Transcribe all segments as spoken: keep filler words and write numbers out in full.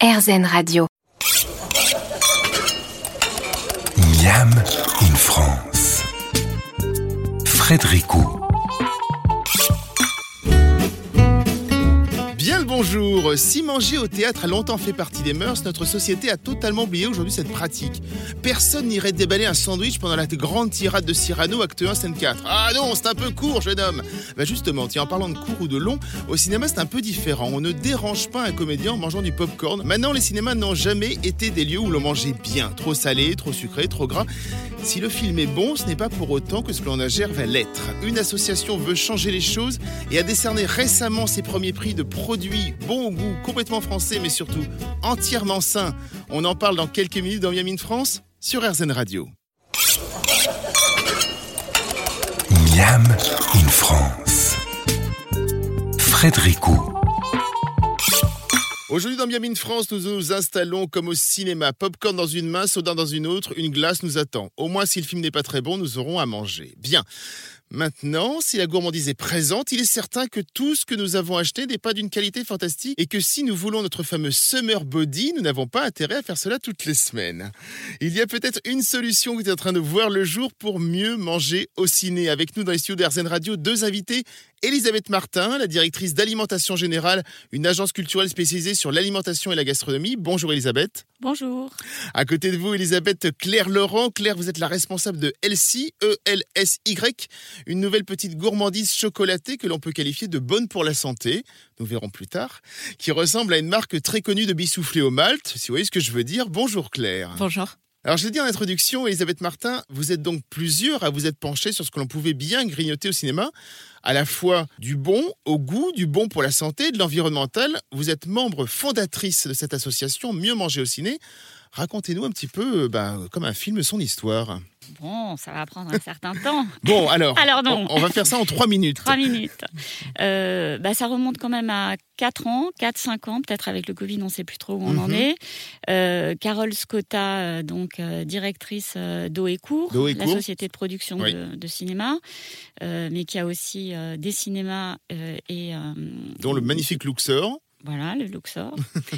R Z N Radio. Miam in France. Frédéricot. Bien le bonjour. Si manger au théâtre a longtemps fait partie des mœurs, notre société a totalement oublié aujourd'hui cette pratique. Personne n'irait déballer un sandwich pendant la grande tirade de Cyrano, acte un, scène quatre. Ah non, c'est un peu court, jeune homme. Bah justement, tiens, en parlant de court ou de long, au cinéma c'est un peu différent. On ne dérange pas un comédien en mangeant du popcorn. Maintenant, les cinémas n'ont jamais été des lieux où l'on mangeait bien. Trop salé, trop sucré, trop gras. Si le film est bon, ce n'est pas pour autant que ce que l'on ingère va l'être. Une association veut changer les choses et a décerné récemment ses premiers prix de produits bons au goût, complètement français, mais surtout entièrement sains. On en parle dans quelques minutes dans Miam in France sur R Z N Radio. Miam in France. Frédéricot. Aujourd'hui dans Miam in France, nous nous installons comme au cinéma. Popcorn dans une main, soda dans une autre, une glace nous attend. Au moins, si le film n'est pas très bon, nous aurons à manger. Bien. Maintenant, si la gourmandise est présente, il est certain que tout ce que nous avons acheté n'est pas d'une qualité fantastique et que si nous voulons notre fameux summer body, nous n'avons pas intérêt à faire cela toutes les semaines. Il y a peut-être une solution qui est en train de voir le jour pour mieux manger au ciné. Avec nous dans les studios d'R Z N Radio, deux invités. Elisabeth Martin, la directrice d'Alimentation Générale, une agence culturelle spécialisée sur l'alimentation et la gastronomie. Bonjour Elisabeth. Bonjour. À côté de vous, Elisabeth Claire Laurent. Claire, vous êtes la responsable de Elsie, E L S Y, une nouvelle petite gourmandise chocolatée que l'on peut qualifier de bonne pour la santé, nous verrons plus tard, qui ressemble à une marque très connue de bisoufflés au malt, si vous voyez ce que je veux dire. Bonjour Claire. Bonjour. Alors, je l'ai dit en introduction, Elisabeth Martin, vous êtes donc plusieurs à vous être penchés sur ce que l'on pouvait bien grignoter au cinéma, à la fois du bon au goût, du bon pour la santé, de l'environnemental. Vous êtes membre fondatrice de cette association Mieux manger au ciné. Racontez-nous un petit peu, ben, comme un film, son histoire. Bon, ça va prendre un certain temps. Bon, alors, alors non. on, on va faire ça en trois minutes. Trois minutes. Euh, bah, ça remonte quand même à quatre ans, quatre cinq ans, peut-être avec le Covid, on ne sait plus trop où on mm-hmm. en est. Euh, Carole Scotta, euh, donc euh, directrice euh, d'Eau et Cours, d'Eau et la Cours. société de production oui. de, de cinéma, euh, mais qui a aussi euh, des cinémas euh, et... Euh, dont le magnifique Luxor. Voilà, le Luxor,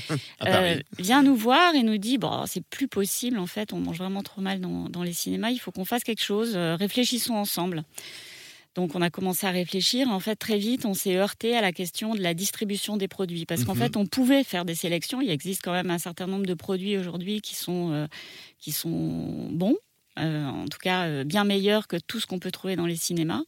euh, vient nous voir et nous dit bon, c'est plus possible, en fait, on mange vraiment trop mal dans, dans les cinémas, il faut qu'on fasse quelque chose, euh, réfléchissons ensemble. Donc, on a commencé à réfléchir. En fait, très vite, on s'est heurté à la question de la distribution des produits. Parce qu'en mm-hmm. fait, on pouvait faire des sélections. Il existe quand même un certain nombre de produits aujourd'hui qui sont, euh, qui sont bons. Euh, en tout cas euh, bien meilleur que tout ce qu'on peut trouver dans les cinémas.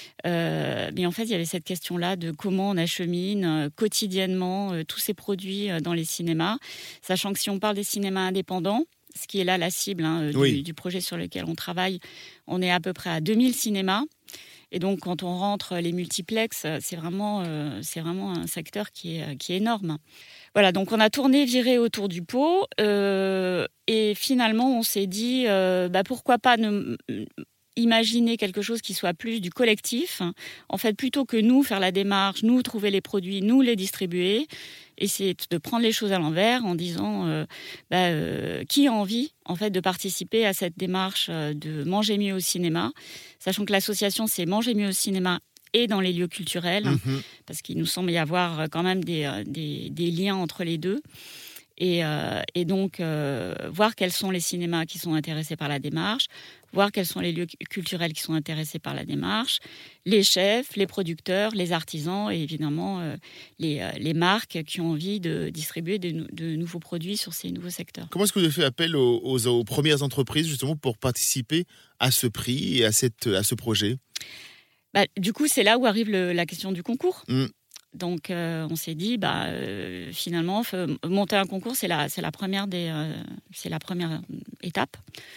Euh, mais en fait, il y avait cette question-là de comment on achemine euh, quotidiennement euh, tous ces produits euh, dans les cinémas, sachant que si on parle des cinémas indépendants, ce qui est là la cible hein, du, oui. du projet sur lequel on travaille, on est à peu près à deux mille cinémas. Et donc, quand on rentre les multiplexes, c'est vraiment, euh, c'est vraiment un secteur qui est, qui est énorme. Voilà, donc on a tourné, viré autour du pot. Euh, et finalement, on s'est dit, euh, bah, pourquoi pas ne, imaginer quelque chose qui soit plus du collectif. En fait, plutôt que nous faire la démarche, nous trouver les produits, nous les distribuer, essayer de prendre les choses à l'envers en disant euh, bah, euh, qui a envie en fait de participer à cette démarche euh, de manger mieux au cinéma, sachant que l'association c'est manger mieux au cinéma et dans les lieux culturels, mmh. parce qu'il nous semble y avoir quand même des, des, des liens entre les deux. Et, euh, et donc, euh, voir quels sont les cinémas qui sont intéressés par la démarche, voir quels sont les lieux culturels qui sont intéressés par la démarche, les chefs, les producteurs, les artisans et évidemment euh, les, euh, les marques qui ont envie de distribuer de, de nouveaux produits sur ces nouveaux secteurs. Comment est-ce que vous avez fait appel aux, aux, aux premières entreprises justement pour participer à ce prix et à, cette, à ce projet ? Bah, du coup, c'est là où arrive le, la question du concours. Mmh. Donc, euh, on s'est dit, bah, euh, finalement, monter un concours, c'est la, c'est la première des, euh, c'est la première étape.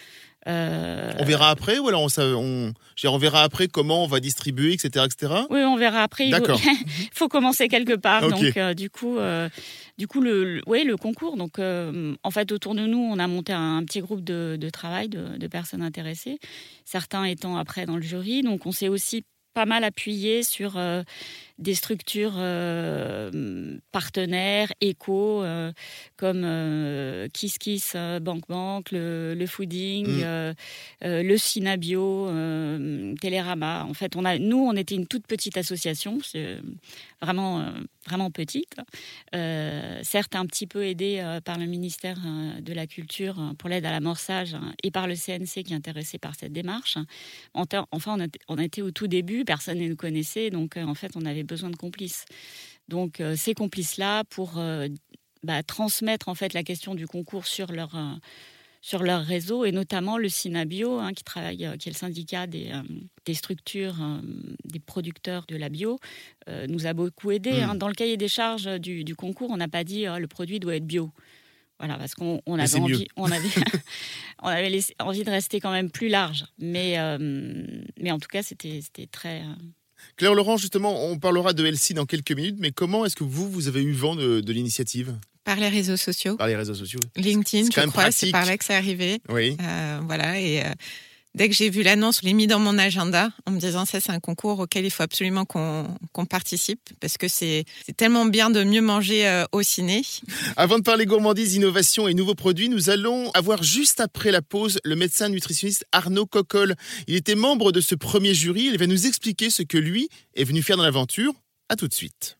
Euh... On verra après, ou alors on, on, on verra après comment on va distribuer, et cetera, et cetera. Oui, on verra après. D'accord. Il faut, faut commencer quelque part. Okay. Donc, euh, du coup, euh, du coup, le, le, ouais, le concours. Donc, euh, en fait, autour de nous, on a monté un, un petit groupe de, de travail de, de personnes intéressées. Certains étant après dans le jury. Donc, on s'est aussi pas mal appuyé sur euh, des structures euh, partenaires, éco, euh, comme euh, Kiss Kiss, euh, Bank Bank, le, le Fooding, mmh. euh, euh, le Synabio, euh, Télérama. En fait, on a, nous, on était une toute petite association, c'est vraiment, euh, vraiment petite. Euh, certes, un petit peu aidée euh, par le ministère euh, de la Culture euh, pour l'aide à l'amorçage hein, et par le C N C qui est intéressé par cette démarche. Enfin, on, a, on était au tout début, personne ne nous connaissait, donc euh, en fait, on avait besoin de complices. Donc, euh, ces complices-là, pour euh, bah, transmettre en fait la question du concours sur leur, euh, sur leur réseau, et notamment le Synabio, hein, qui, travaille, euh, qui est le syndicat des, euh, des structures, euh, des producteurs de la bio, euh, nous a beaucoup aidés. Mmh. Hein. Dans le cahier des charges du, du concours, on n'a pas dit oh, le produit doit être bio. Voilà, parce qu'on on avait, envie, on avait, on avait laissé, envie de rester quand même plus large. Mais, euh, mais en tout cas, c'était, c'était très... Euh... Claire Laurent, justement, on parlera de Elsie dans quelques minutes, mais comment est-ce que vous, vous avez eu vent de, de l'initiative ? Par les réseaux sociaux. Par les réseaux sociaux. LinkedIn, je crois, c'est par là que c'est arrivé. Oui. Euh, voilà, et... Euh... Dès que j'ai vu l'annonce, je l'ai mis dans mon agenda en me disant ça, c'est un concours auquel il faut absolument qu'on, qu'on participe parce que c'est, c'est tellement bien de mieux manger euh, au ciné. Avant de parler gourmandise, innovation et nouveaux produits, nous allons avoir juste après la pause le médecin nutritionniste Arnaud Cocolle. Il était membre de ce premier jury. Il va nous expliquer ce que lui est venu faire dans l'aventure. À tout de suite.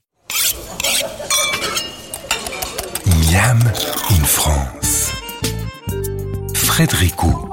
Miam in France. Frédéricot.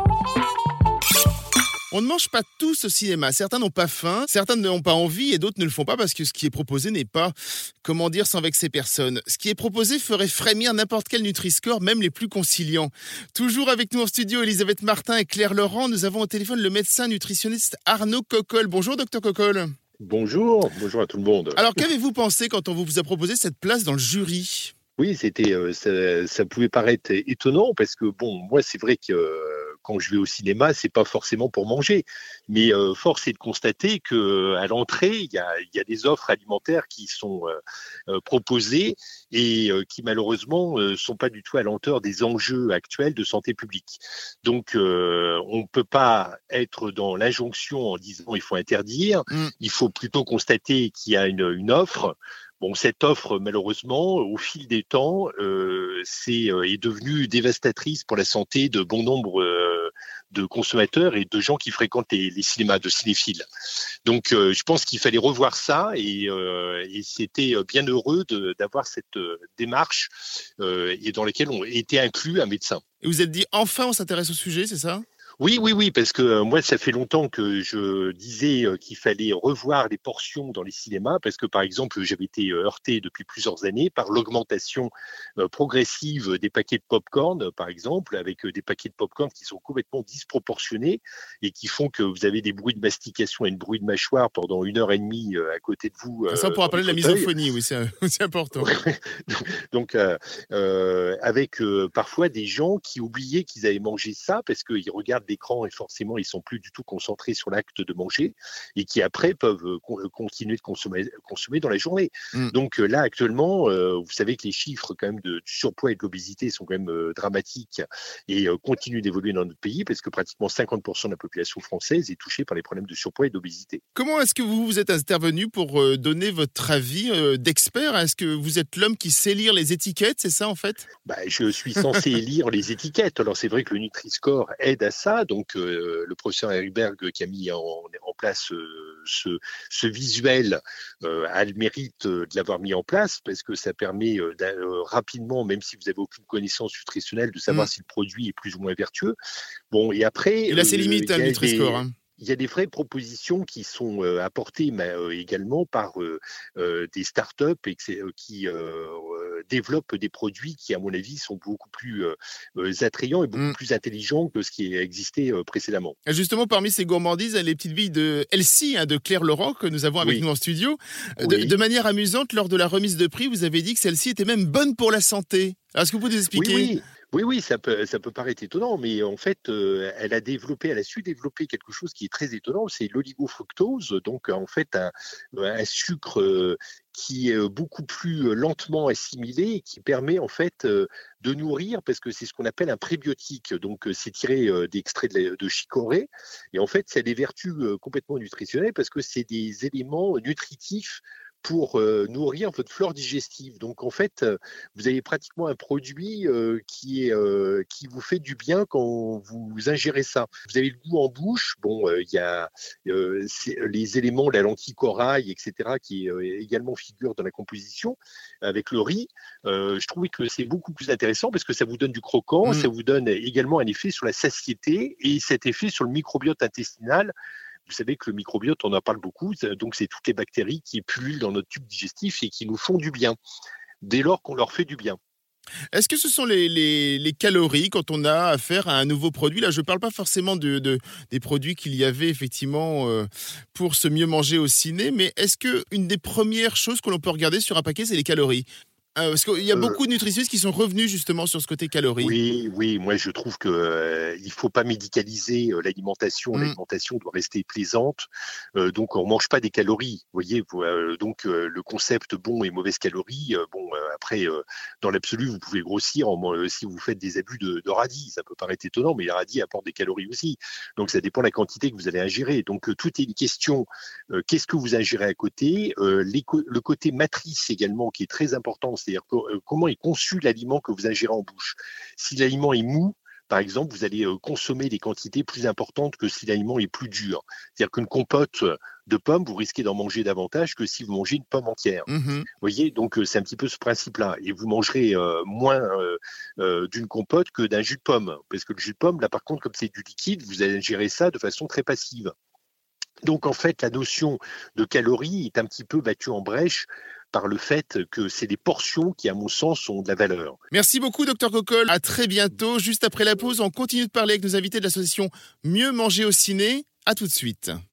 On ne mange pas tous au cinéma. Certains n'ont pas faim, certains n'ont pas envie et d'autres ne le font pas parce que ce qui est proposé n'est pas, comment dire, sans vexer personne. Ce qui est proposé ferait frémir n'importe quel Nutri-Score, même les plus conciliants. Toujours avec nous en studio, Elisabeth Martin et Claire Laurent. Nous avons au téléphone le médecin nutritionniste Arnaud Cocolle. Bonjour, docteur Cocolle. Bonjour, bonjour à tout le monde. Alors, qu'avez-vous pensé quand on vous a proposé cette place dans le jury ? Oui, c'était, euh, ça, ça pouvait paraître étonnant parce que, bon, moi, c'est vrai que... Euh, quand je vais au cinéma, c'est pas forcément pour manger, mais euh, force est de constater que à l'entrée, il y a, il y a des offres alimentaires qui sont euh, proposées et euh, qui malheureusement euh, sont pas du tout à la hauteur des enjeux actuels de santé publique. Donc, euh, on peut pas être dans l'injonction en disant il faut interdire. Mmh. Il faut plutôt constater qu'il y a une, une offre. Bon, cette offre, malheureusement, au fil des temps, euh, c'est, euh, est devenue dévastatrice pour la santé de bon nombre euh, de consommateurs et de gens qui fréquentent les, les cinémas, de cinéphiles. Donc, euh, je pense qu'il fallait revoir ça et, euh, et c'était bien heureux de, d'avoir cette euh, démarche euh, et dans laquelle ont été inclus un médecin. Et vous êtes dit, enfin, on s'intéresse au sujet, c'est ça ? Oui, oui, oui, parce que euh, moi, ça fait longtemps que je disais euh, qu'il fallait revoir les portions dans les cinémas, parce que, par exemple, j'avais été euh, heurté depuis plusieurs années par l'augmentation euh, progressive des paquets de pop-corn, euh, par exemple, avec euh, des paquets de pop-corn qui sont complètement disproportionnés et qui font que vous avez des bruits de mastication et des bruits de mâchoire pendant une heure et demie euh, à côté de vous. Euh, ça, on pourra parler de la misophonie, oui, c'est, c'est important. Donc, euh, euh, avec euh, parfois des gens qui oubliaient qu'ils avaient mangé ça, parce qu'ils regardent d'écran et forcément ils sont plus du tout concentrés sur l'acte de manger et qui après peuvent con- continuer de consommer, consommer dans la journée. Mm. Donc là actuellement, euh, vous savez que les chiffres quand même de, du surpoids et de l'obésité sont quand même euh, dramatiques et euh, continuent d'évoluer dans notre pays parce que pratiquement cinquante pour cent de la population française est touchée par les problèmes de surpoids et d'obésité. Comment est-ce que vous vous êtes intervenu pour euh, donner votre avis euh, d'expert ? Est-ce que vous êtes l'homme qui sait lire les étiquettes, c'est ça en fait ? Bah, je suis censé lire les étiquettes. Alors c'est vrai que le Nutri-Score aide à ça. Donc, euh, le professeur Herberg qui a mis en, en place euh, ce, ce visuel euh, a le mérite de l'avoir mis en place parce que ça permet euh, euh, rapidement, même si vous n'avez aucune connaissance nutritionnelle, de savoir mmh. si le produit est plus ou moins vertueux. Bon, et après... Il a ses limites, euh, le Nutri-Score. Hein. Il y a des vraies propositions qui sont euh, apportées mais, euh, également par euh, euh, des startups et que euh, qui euh, développent des produits qui, à mon avis, sont beaucoup plus euh, attrayants et beaucoup mmh. plus intelligents que ce qui existait euh, précédemment. Justement, parmi ces gourmandises, les petites billes de Elsie, hein, de Claire Laurent, que nous avons avec oui. nous en studio. De, oui. de manière amusante, lors de la remise de prix, vous avez dit que celle-ci était même bonne pour la santé. Alors, est-ce que vous pouvez nous expliquer ? Oui, oui. Oui, oui, ça peut, ça peut paraître étonnant, mais en fait, euh, elle a développé, elle a su développer quelque chose qui est très étonnant, c'est l'oligofructose, donc en fait un, un sucre euh, qui est beaucoup plus lentement assimilé et qui permet en fait euh, de nourrir, parce que c'est ce qu'on appelle un prébiotique, donc c'est tiré euh, d'extraits de, de chicorée, et en fait, ça a des vertus euh, complètement nutritionnelles parce que c'est des éléments nutritifs pour euh, nourrir votre flore digestive. Donc en fait, euh, vous avez pratiquement un produit euh, qui, est, euh, qui vous fait du bien quand vous ingérez ça. Vous avez le goût en bouche. Bon, il euh, y a euh, les éléments, la lentille corail, et cetera, qui euh, également figurent dans la composition avec le riz. Euh, je trouvais que c'est beaucoup plus intéressant parce que ça vous donne du croquant, mmh. ça vous donne également un effet sur la satiété et cet effet sur le microbiote intestinal. Vous savez que le microbiote, on en parle beaucoup, donc c'est toutes les bactéries qui pullulent dans notre tube digestif et qui nous font du bien, dès lors qu'on leur fait du bien. Est-ce que ce sont les, les, les calories quand on a affaire à un nouveau produit ? Là, je ne parle pas forcément de, de, des produits qu'il y avait effectivement euh, pour se mieux manger au ciné, mais est-ce qu'une des premières choses que l'on peut regarder sur un paquet, c'est les calories ? Euh, parce qu'il y a beaucoup de nutritionnistes qui sont revenus justement sur ce côté calories. Oui, oui, moi je trouve qu'il euh, ne faut pas médicaliser euh, l'alimentation. Mmh. L'alimentation doit rester plaisante. Euh, donc on ne mange pas des calories. Vous voyez, euh, donc euh, le concept bon et mauvaise calorie, euh, bon, euh, après, euh, dans l'absolu, vous pouvez grossir en, euh, si vous faites des abus de, de radis. Ça peut paraître étonnant, mais les radis apportent des calories aussi. Donc ça dépend de la quantité que vous allez ingérer. Donc euh, tout est une question, euh, qu'est-ce que vous ingérez à côté euh, les co- Le côté matrice également, qui est très important. C'est-à-dire comment est conçu l'aliment que vous ingérez en bouche. Si l'aliment est mou, par exemple, vous allez consommer des quantités plus importantes que si l'aliment est plus dur. C'est-à-dire qu'une compote de pommes, vous risquez d'en manger davantage que si vous mangez une pomme entière. Mmh. Vous voyez, donc c'est un petit peu ce principe-là. Et vous mangerez euh, moins euh, euh, d'une compote que d'un jus de pomme. Parce que le jus de pomme, là par contre, comme c'est du liquide, vous allez ingérer ça de façon très passive. Donc en fait, la notion de calories est un petit peu battue en brèche par le fait que c'est des portions qui, à mon sens, ont de la valeur. Merci beaucoup, docteur Cocolle. À très bientôt. Juste après la pause, on continue de parler avec nos invités de l'association Mieux manger au ciné. À tout de suite.